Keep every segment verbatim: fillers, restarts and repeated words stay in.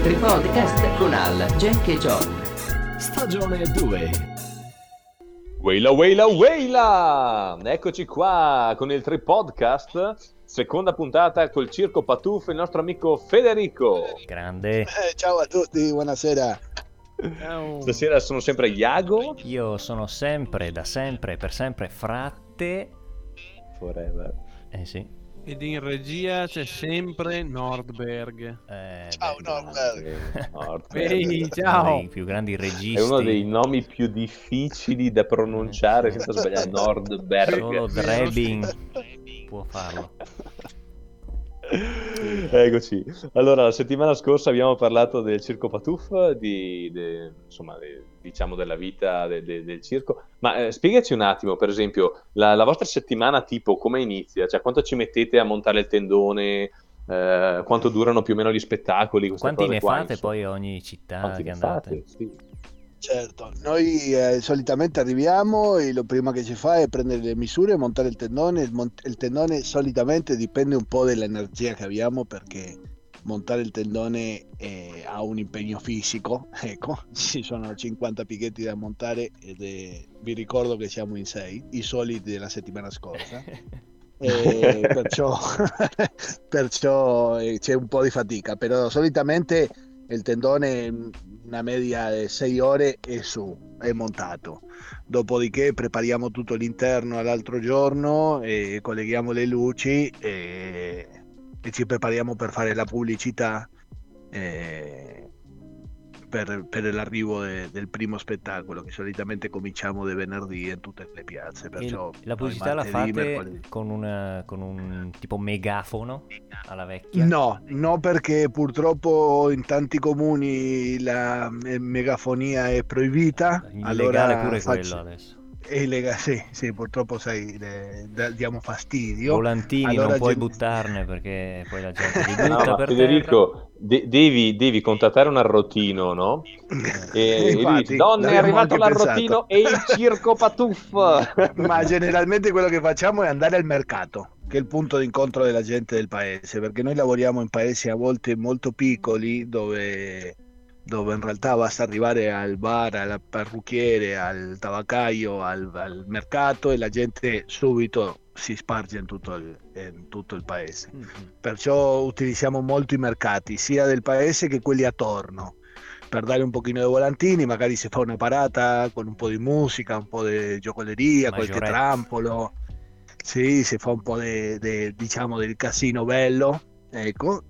Tripodcast con Al, Jack e John. Stagione due. Weila, weila, weila! Eccoci qua con il Tripodcast, seconda puntata col Circo Patuff, il nostro amico Federico. Grande. Eh, ciao a tutti, buonasera. Ciao. Stasera sono sempre Iago. Io sono sempre, da sempre, per sempre, Fratte. Forever. Eh sì. Ed in regia c'è sempre Nordberg. Eh, Ciao beh, Norbert. Nordberg. Ehi, uno ciao. dei più grandi registi. È uno dei nomi più difficili da pronunciare senza sbagliare. Nordberg. Solo Drebin può farlo. Eccoci. Allora, la settimana scorsa abbiamo parlato del Circo Patuff, di, de- insomma, de- diciamo della vita de- de- del circo. Ma eh, spiegaci un attimo, per esempio, la, la vostra settimana tipo come inizia? Cioè, quanto ci mettete a montare il tendone? Eh, quanto durano più o meno gli spettacoli? Queste Quanti cose ne qua, fate insomma. poi ogni città Quanti che ne andate? fate? Sì. Certo, noi eh, solitamente arriviamo e lo prima che si fa è prendere le misure e montare il tendone. Il, mont- il tendone solitamente dipende un po' dall'energia che abbiamo, perché montare il tendone eh, ha un impegno fisico, ecco, ci sono cinquanta picchetti da montare ed è- vi ricordo che siamo in sei, i soliti della settimana scorsa. E perciò, perciò eh, c'è un po' di fatica, però solitamente il tendone una media di sei ore e su, è montato. Dopodiché prepariamo tutto l'interno all'altro giorno e colleghiamo le luci e, e ci prepariamo per fare la pubblicità eh, per, per l'arrivo de- del primo spettacolo, che solitamente cominciamo di venerdì in tutte le piazze. E Perciò la noi pubblicità la martedì, fate mercoledì. con, una, con un tipo megafono alla vecchia? No, no, perché purtroppo in tanti comuni la eh, megafonia è proibita. Illegale allora pure faccio- quello adesso. È illegale, sì, sì, purtroppo sai, le- da- diamo fastidio. Volantini Allora, non puoi gente- buttarne perché poi la gente li No, butta ma per Federico, de- devi, devi contattare un arrotino, no? E, e lui Infatti, dice, donne, è l'abbiamo arrivato anche l'arrotino pensato. e il Circo Patuff! Ma generalmente quello che facciamo è andare al mercato, che è il punto di incontro della gente del paese, perché noi lavoriamo in paesi a volte molto piccoli dove, dove in realtà basta arrivare al bar, al parrucchiere, al tabaccaio, al, al mercato e la gente subito si sparge in tutto il, in tutto il paese. Perciò utilizziamo molto i mercati, sia del paese che quelli attorno, per dare un pochino di volantini, magari si fa una parata con un po' di musica, un po' di giocoleria, qualche Maggiorette. trampolo, sì, si fa un po' de- de- diciamo del casino bello, ecco,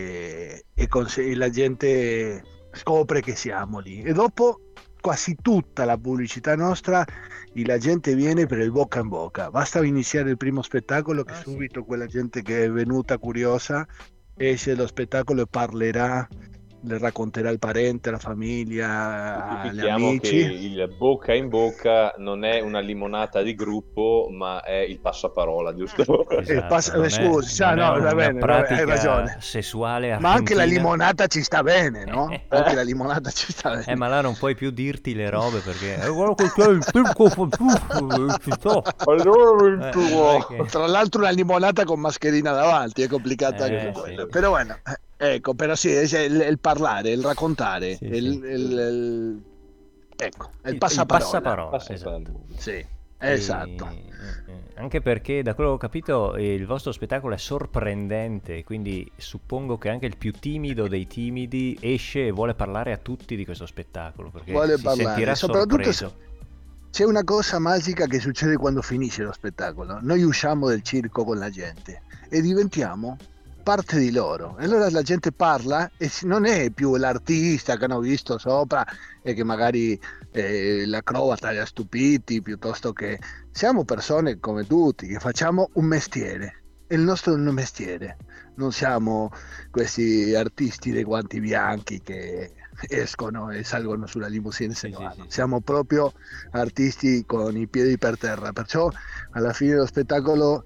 e, e cons- e la gente scopre che siamo lì. E dopo quasi tutta la pubblicità nostra e la gente viene per il bocca in bocca. Basta iniziare il primo spettacolo che Ah, sì. subito quella gente che è venuta curiosa esce dallo spettacolo e parlerà, le racconterà il parente, la famiglia, agli Tipifichiamo che amici. il bocca in bocca non è una limonata di gruppo, ma è il passaparola, giusto? Esatto, Eh, passa- non eh, è- scusi, cioè, non è no, va una bene, va bene, hai pratica ragione. sessuale Ma anche la argentina. limonata ci sta bene, no? Anche la limonata ci sta bene. Eh, ma là non puoi più dirti le robe perché eh, guarda che c'è il circo Patuff, ci sto. Allora il Eh, tuo. non è che- Tra l'altro una limonata con mascherina davanti, è complicata Eh, anche sì. quella. Però bueno, eh, ecco, però sì, è il, il parlare, il raccontare, Sì, il, sì. il- il- ecco, è il Il passaparola. passaparola, Passaparola. esatto. Sì, esatto. E- eh, eh, anche perché da quello che ho capito eh, il vostro spettacolo è sorprendente, quindi suppongo che anche il più timido dei timidi esce e vuole parlare a tutti di questo spettacolo perché Vuole si parlare, sentirà soprattutto sorpreso. C'è una cosa magica che succede quando finisce lo spettacolo. Noi usciamo del circo con la gente e diventiamo parte di loro. E allora la gente parla e si- non è più l'artista che hanno visto sopra e che magari eh, l'acrobata li ha stupiti, piuttosto che siamo persone come tutti che facciamo un mestiere. E il nostro è un mestiere. Non siamo questi artisti dei guanti bianchi che escono e salgono sulla limousine e se Sì, ne sì, vanno. sì, sì. Siamo proprio artisti con i piedi per terra, perciò alla fine dello spettacolo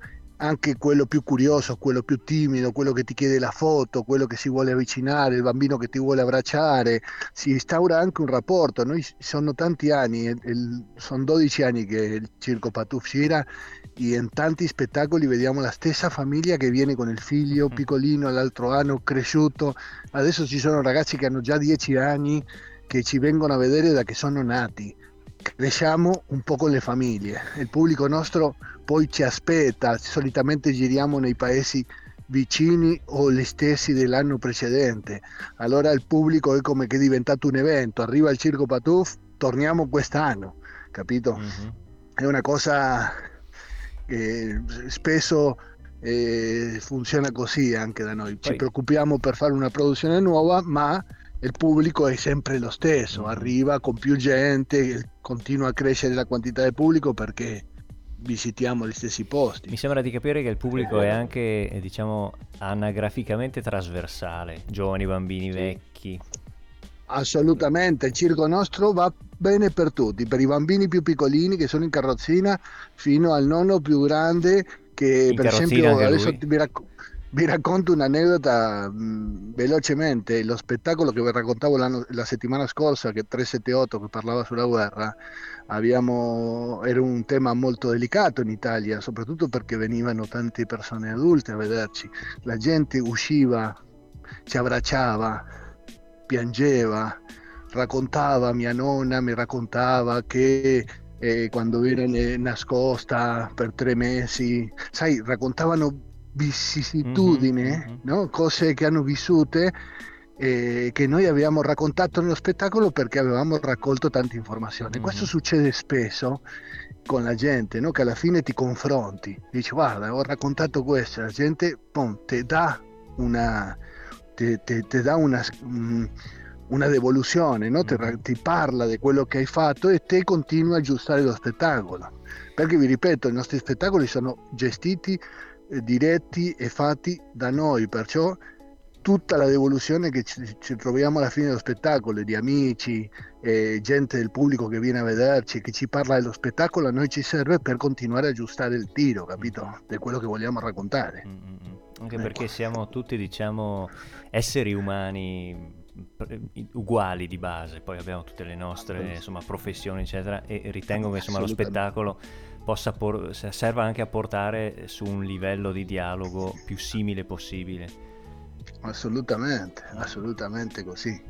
anche quello più curioso, quello più timido, quello che ti chiede la foto, quello che si vuole avvicinare, il bambino che ti vuole abbracciare, si instaura anche un rapporto. Noi sono tanti anni, il- il- sono dodici anni che il Circo Patouf gira e in tanti spettacoli vediamo la stessa famiglia che viene con il figlio piccolino l'altro anno cresciuto. Adesso ci sono ragazzi che hanno già dieci anni che ci vengono a vedere da che sono nati. Cresciamo un po' con le famiglie, il pubblico nostro poi ci aspetta, solitamente giriamo nei paesi vicini o gli stessi dell'anno precedente, allora il pubblico è come che è diventato un evento, arriva il Circo Patouf, torniamo quest'anno, capito? Mhm. È una cosa che spesso eh, funziona così anche da noi, ci Poi- preoccupiamo per fare una produzione nuova, ma il pubblico è sempre lo stesso, Mhm. arriva con più gente, continua a crescere la quantità di pubblico perché visitiamo gli stessi posti. Mi sembra di capire che il pubblico è anche, eh, diciamo, anagraficamente trasversale, giovani, bambini, vecchi. Assolutamente, il circo nostro va bene per tutti, per i bambini più piccolini che sono in carrozzina fino al nonno più grande che In per carrozzina esempio anche adesso lui? vi, racco- vi racconto un'aneddota mh, velocemente, lo spettacolo che vi raccontavo l'anno- la settimana scorsa, che tre sette otto, che parlava sulla guerra, abbiamo, era un tema molto delicato in Italia, soprattutto perché venivano tante persone adulte a vederci, la gente usciva, ci abbracciava, piangeva, raccontava, mia nonna mi raccontava che eh, quando era ne- nascosta per tre mesi, sai, raccontavano vicissitudini, Mhm, mhm. no? Cose che hanno vissute eh, che noi abbiamo raccontato nello spettacolo perché avevamo raccolto tante informazioni. Mhm. Questo succede spesso con la gente, no? Che alla fine ti confronti, dici guarda, ho raccontato questo, la gente pom, ti dà una ti, ti- ti dà una, mm, una devoluzione, no? Ti, ra- Mhm. ti parla di quello che hai fatto e te continua a aggiustare lo spettacolo. Perché vi ripeto, i nostri spettacoli sono gestiti, eh, diretti e fatti da noi, perciò tutta la devoluzione che ci, ci troviamo alla fine dello spettacolo, di amici, eh, gente del pubblico che viene a vederci, che ci parla dello spettacolo, a noi ci serve per continuare a aggiustare il tiro, capito? Di quello che vogliamo raccontare. Mm, mm, mm. Anche Ecco. perché siamo tutti, diciamo, esseri umani pre- uguali di base, poi abbiamo tutte le nostre, insomma, professioni, eccetera, e ritengo che, insomma, lo Assolutamente. spettacolo possa por- se- serva anche a portare su un livello di dialogo più simile possibile. Assolutamente, assolutamente così.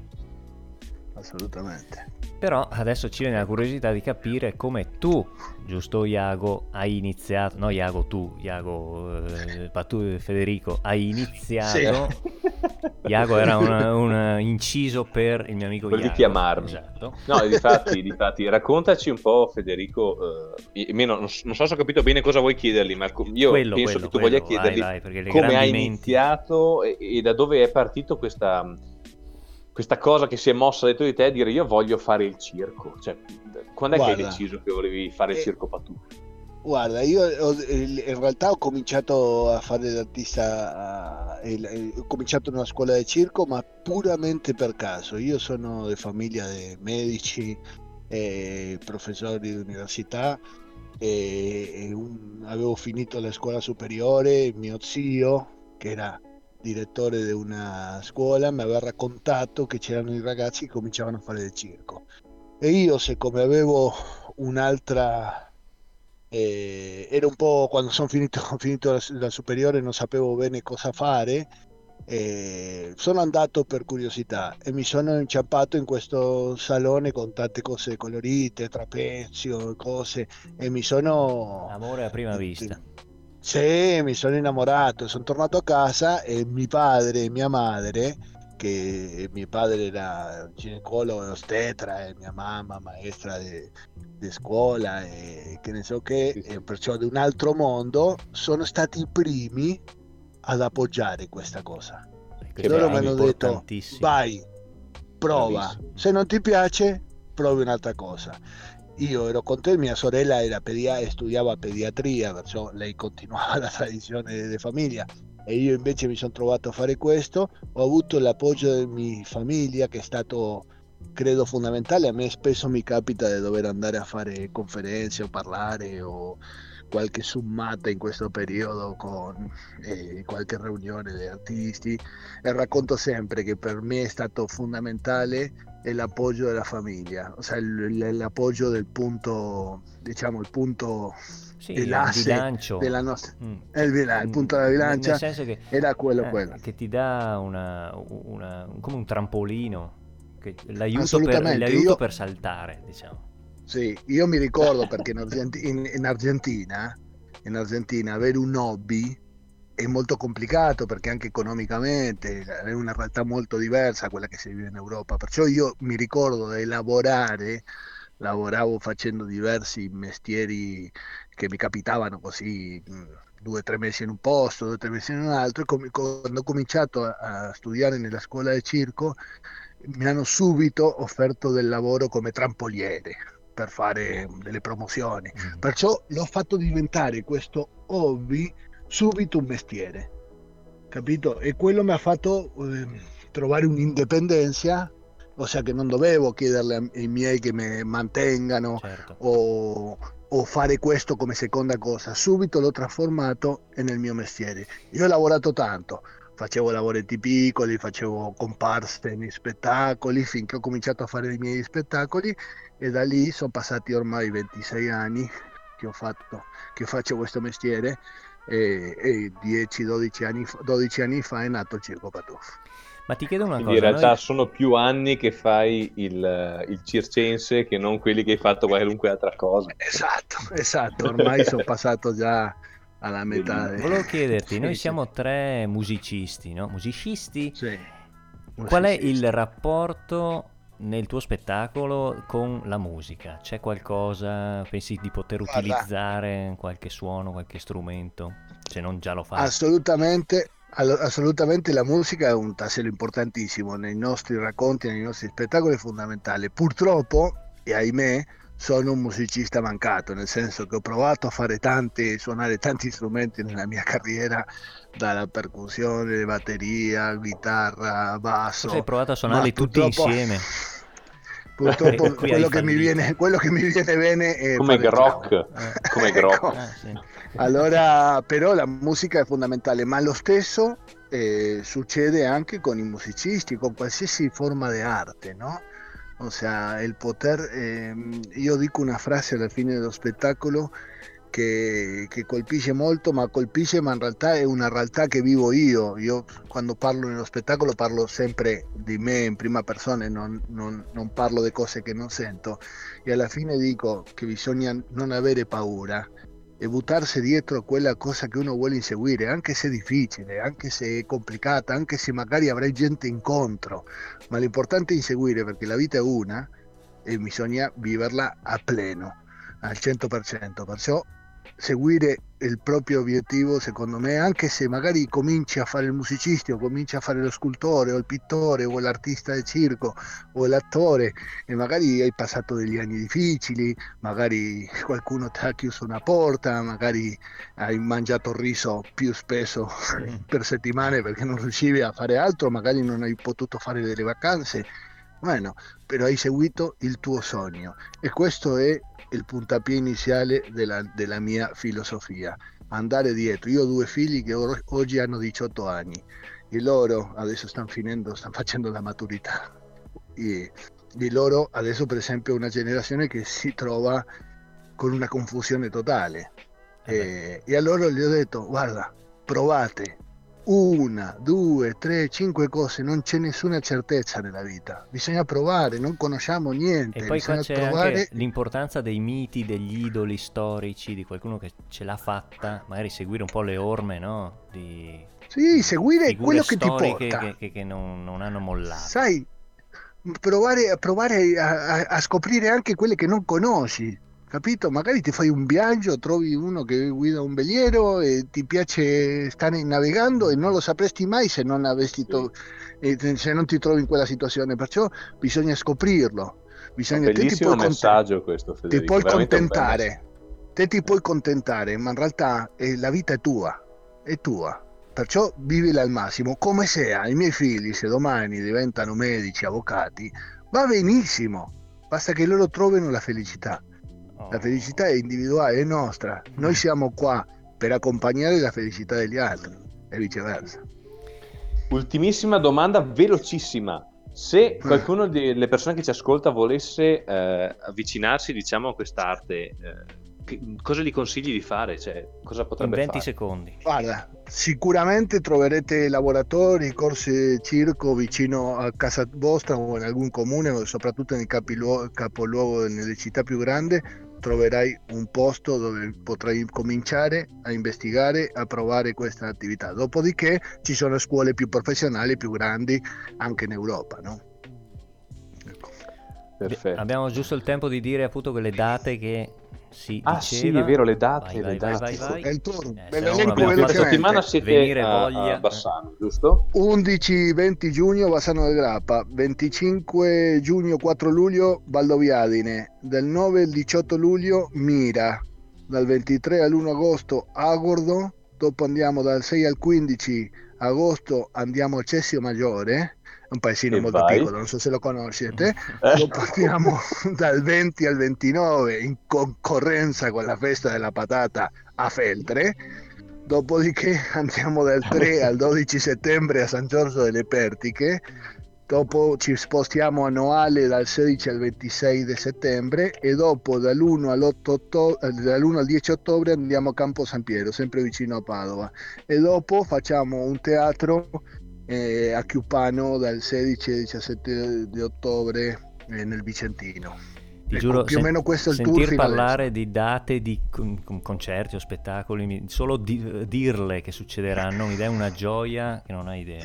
Assolutamente. Però adesso ci viene la curiosità di capire come tu, giusto Iago, hai iniziato, no Iago tu, Iago, eh, ma tu Federico, hai iniziato. Iago era un, un inciso per il mio amico Quello di Iago. chiamarmi. Esatto. No, difatti, difatti, raccontaci un po', Federico. Eh, io non, non so se ho capito bene cosa vuoi chiedergli, Marco. Io Quello, penso quello, che tu quello, voglia chiedergli vai, vai, perché le come grandi hai menti- iniziato e, e da dove è partito questa, questa cosa che si è mossa dentro di te a dire io voglio fare il circo. Cioè, quando è che Guarda, hai deciso che volevi fare il eh, circo Patouf? Guarda, io ho- in realtà ho cominciato a fare l'artista, eh, il- eh, ho cominciato in una scuola di circo, ma puramente per caso. Io sono di famiglia di medici e professori di università e, e un- avevo finito la scuola superiore, mio zio, che era direttore di una scuola, mi aveva raccontato che c'erano i ragazzi che cominciavano a fare il circo. E io, siccome avevo un'altra... Eh, era un po' quando sono finito, ho finito la, la superiore, non sapevo bene cosa fare. Eh, sono andato per curiosità e mi sono inciampato in questo salone con tante cose colorite, trapezio, cose, e mi sono... Amore a prima vista. Sì, mi sono innamorato, sono tornato a casa e mio padre e mia madre, che mio padre era ginecologo e ostetra e mia mamma maestra di scuola e che ne so che, Sì, sì. e perciò di un altro mondo, sono stati i primi ad appoggiare questa cosa. Questo Loro è mi hanno detto importantissimo. vai, prova, Bravissimo. se non ti piace provi un'altra cosa. Io ero con te, mia sorella era pedia- studiava pediatria, perciò lei continuava la tradizione della famiglia e io invece mi sono trovato a fare questo. Ho avuto l'appoggio della mia famiglia, che è stato, credo, fondamentale. A me spesso mi capita di dover andare a fare conferenze o parlare o qualche summata in questo periodo con eh, qualche riunione di artisti, e racconto sempre che per me è stato fondamentale è l'appoggio della famiglia, o sea, il- l'appoggio del punto, diciamo, il punto Sì, e il l'asse bilancio. della nostra, Mm. è il, bila- il punto della Nel- bilancia Nel senso che, era quello, eh, quello. che ti dà una, una- come un trampolino, che- l'aiuto, per, Assolutamente, l'aiuto io, per saltare, diciamo. sì, io mi ricordo perché in, Argenti- in- in Argentina, in Argentina avere un hobby è molto complicato, perché anche economicamente è una realtà molto diversa a quella che si vive in Europa. Perciò io mi ricordo di lavorare, lavoravo facendo diversi mestieri che mi capitavano così, mh, due o tre mesi in un posto, due o tre mesi in un altro, e com- quando ho cominciato a, a studiare nella scuola di circo mi hanno subito offerto del lavoro come trampoliere per fare delle promozioni. Mm. Perciò l'ho fatto diventare questo hobby subito un mestiere, capito? E quello mi ha fatto eh, trovare un'indipendenza, ossia che non dovevo chiederle ai ai miei che mi mantengano Certo. o, o fare questo come seconda cosa. Subito l'ho trasformato nel mio mestiere. Io ho lavorato tanto, facevo lavoretti piccoli, facevo comparse nei spettacoli, finché ho cominciato a fare i miei spettacoli, e da lì sono passati ormai ventisei anni che ho fatto, che faccio questo mestiere, e, e dieci dodici anni, fa- dodici anni fa è nato il Circo Patouf. Ma ti chiedo una Quindi in cosa, realtà noi... sono più anni che fai il, il circense che non quelli che hai fatto qualunque altra cosa. Esatto, esatto, ormai sono passato già alla metà. Bellissimo. de- Volevo chiederti, Sì, noi sì, siamo tre musicisti, no? Musicisti, sì. qual è Musicisti. il rapporto nel tuo spettacolo con la musica? C'è qualcosa, pensi di poter Guarda, utilizzare qualche suono, qualche strumento, se non già lo fai? assolutamente, allo- assolutamente la musica è un tassello importantissimo nei nostri racconti, nei nostri spettacoli, è fondamentale. Purtroppo, e ahimè, sono un musicista mancato, nel senso che ho provato a fare tanti, suonare tanti strumenti nella mia carriera, dalla percussione, batteria, chitarra, Forse hai basso, provato a ma suonarli tutti purtroppo, insieme purtroppo e qui hai quello che mi fallito. viene, quello che mi viene bene è Come fare il clown. Grok, come Ecco. Grok. Ah, sì. Allora, però la musica è fondamentale, ma lo stesso eh, succede anche con i musicisti, con qualsiasi forma di arte, no? O sea, il poter, ehm, io dico una frase alla fine dello spettacolo che, che colpisce molto, ma colpisce, ma in realtà è una realtà che vivo io. Io quando parlo nello spettacolo parlo sempre di me in prima persona, e non, non, non parlo di cose che non sento, e alla fine dico che bisogna non avere paura e buttarsi dietro a quella cosa che uno vuole inseguire, anche se è difficile, anche se è complicata, anche se magari avrai gente incontro, ma l'importante è inseguire, perché la vita è una e bisogna viverla a pleno, al cento per cento. Perciò seguire il proprio obiettivo, secondo me, anche se magari cominci a fare il musicista o cominci a fare lo scultore o il pittore o l'artista del circo o l'attore, e magari hai passato degli anni difficili, magari qualcuno ti ha chiuso una porta, magari hai mangiato il riso più spesso per settimane perché non riuscivi a fare altro, magari non hai potuto fare delle vacanze, bueno, però hai seguito il tuo sogno, e questo è il puntapié iniziale della, della mia filosofia, andare dietro. Io ho due figli che or- oggi hanno diciotto anni, e loro adesso stanno finendo, stanno facendo la maturità, e, e loro adesso per esempio è una generazione che si trova con una confusione totale, Eh beh. e, e a loro gli ho detto: guarda, provate una, due, tre, cinque cose, non c'è nessuna certezza nella vita, bisogna provare, non conosciamo niente, E poi qua bisogna c'è provare. anche l'importanza dei miti, degli idoli storici, di qualcuno che ce l'ha fatta, magari seguire un po' le orme, no? Di Sì, seguire figure quello che ti storiche porta, che, che- che non, non hanno mollato. sai, provare, provare a, a- a scoprire anche quelle che non conosci, capito? Magari ti fai un viaggio, trovi uno che guida un veliero e ti piace stare navigando e non lo sapresti mai se non avessi to- eh, se non ti trovi in quella situazione, perciò bisogna scoprirlo. Un Bisogna, te ti bellissimo puoi, conte- messaggio questo, ti Federico. puoi Veramente un bel contentare, te ti puoi contentare, ma in realtà eh, la vita è tua, è tua. Perciò vivila al massimo, come sia. I miei figli, se domani diventano medici, avvocati, va benissimo, basta che loro trovino la felicità. La felicità è individuale, è nostra. Noi siamo qua per accompagnare la felicità degli altri e viceversa. Ultimissima domanda, velocissima. Se qualcuno delle persone che ci ascolta volesse eh, avvicinarsi, diciamo, a quest'arte, eh, che, cosa gli consigli di fare? Cioè, cosa potrebbe in venti fare? secondi. Guarda, sicuramente troverete laboratori, corsi circo vicino a casa vostra o in algún comune, soprattutto nei capiluo- capoluogo, nelle città più grandi. Troverai un posto dove potrai cominciare a investigare, a provare questa attività. Dopodiché ci sono scuole più professionali, più grandi, anche in Europa, no? Ecco. Perfetto. Abbiamo giusto il tempo di dire appunto quelle date che si Ah diceva. sì, è vero, le date, Vai, le vai, date. vai, vai, vai. È il turno, Eh, ve se no lo non elenco abbiamo Questa velocemente. settimana siete Venire a, voglia. a Bassano, giusto? undici venti giugno Bassano del Grappa, venticinque giugno quattro luglio Valdoviadine, del nove al diciotto luglio Mira, dal ventitré all'primo agosto Agordo, dopo andiamo dal sei al quindici agosto andiamo a Cessio Maggiore, un paesino E molto vai. piccolo, non so se lo conoscete. Dopo andiamo dal venti al ventinove in concorrenza con la festa della patata a Feltre. Dopodiché andiamo dal tre al dodici settembre a San Giorgio delle Pertiche. Dopo ci spostiamo a Noale dal sedici al ventisei di settembre e dopo dall'primo all'otto otto- dall'primo al dieci ottobre andiamo a Campo San Piero, sempre vicino a Padova. E dopo facciamo un teatro eh, a Chiupano dal sedici al diciassette di ottobre eh, nel Vicentino. Ti Ecco, giuro, più o sen- meno questo è il tour sentir fino parlare adesso. di date di con- con concerti o spettacoli, mi- solo di- dirle che succederanno mi dà una gioia che non hai idea.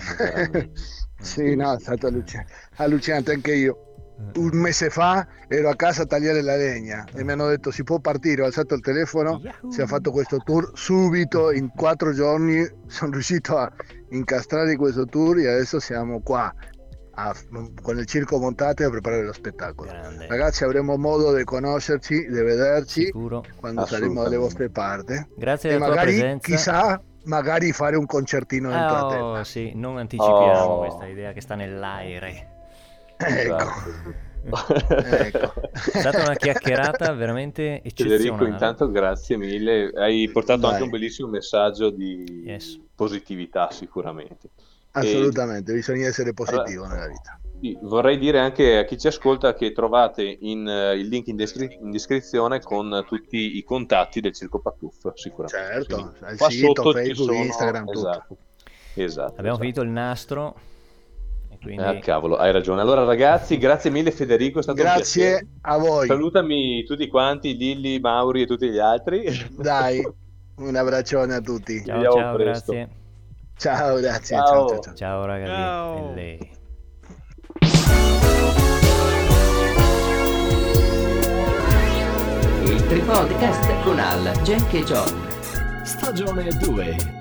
Sì, no, è stato allucin- allucinante anche io. Un mese fa ero a casa a tagliare la legna e mi hanno detto si può partire, ho alzato il telefono, Yahoo! si è fatto questo tour subito, in quattro giorni sono riuscito a incastrare questo tour e adesso siamo qua a- con il circo montato a preparare lo spettacolo. Grande. Ragazzi, avremo modo di conoscerci, di vederci Sicuro. quando saremo dalle vostre parti Grazie e della tua magari, presenza. chissà, magari fare un concertino dentro Ah, la oh, tenda. sì, non anticipiamo Oh. questa idea che sta nell'aere. Ecco. Ecco. È stata una chiacchierata veramente Federico, eccezionale. intanto grazie mille, hai portato Dai. anche un bellissimo messaggio di Yes. positività sicuramente. Assolutamente, bisogna essere positivo Allora- nella vita. Sì, vorrei dire anche a chi ci ascolta che trovate in, eh, il link in, descri- in descrizione con tutti i contatti del Circo Patuff, sicuramente. Certo, Sì. il Qua sito, sotto ci Facebook, sono- Instagram, tutto. esatto. Esatto, Abbiamo esatto. finito il nastro e quindi Ah, cavolo, hai ragione. Allora ragazzi, grazie mille Federico, è stato un Grazie piacere. a voi. Salutami tutti quanti, Lilli, Mauri e tutti gli altri. Dai, un abbraccione a tutti. ciao vediamo ciao, presto. grazie. Ciao, grazie. Ciao. Ciao, ciao, ciao. Ciao ragazzi. Ciao. Belle. Il Tripodcast con Al, Jack e John. Stagione due.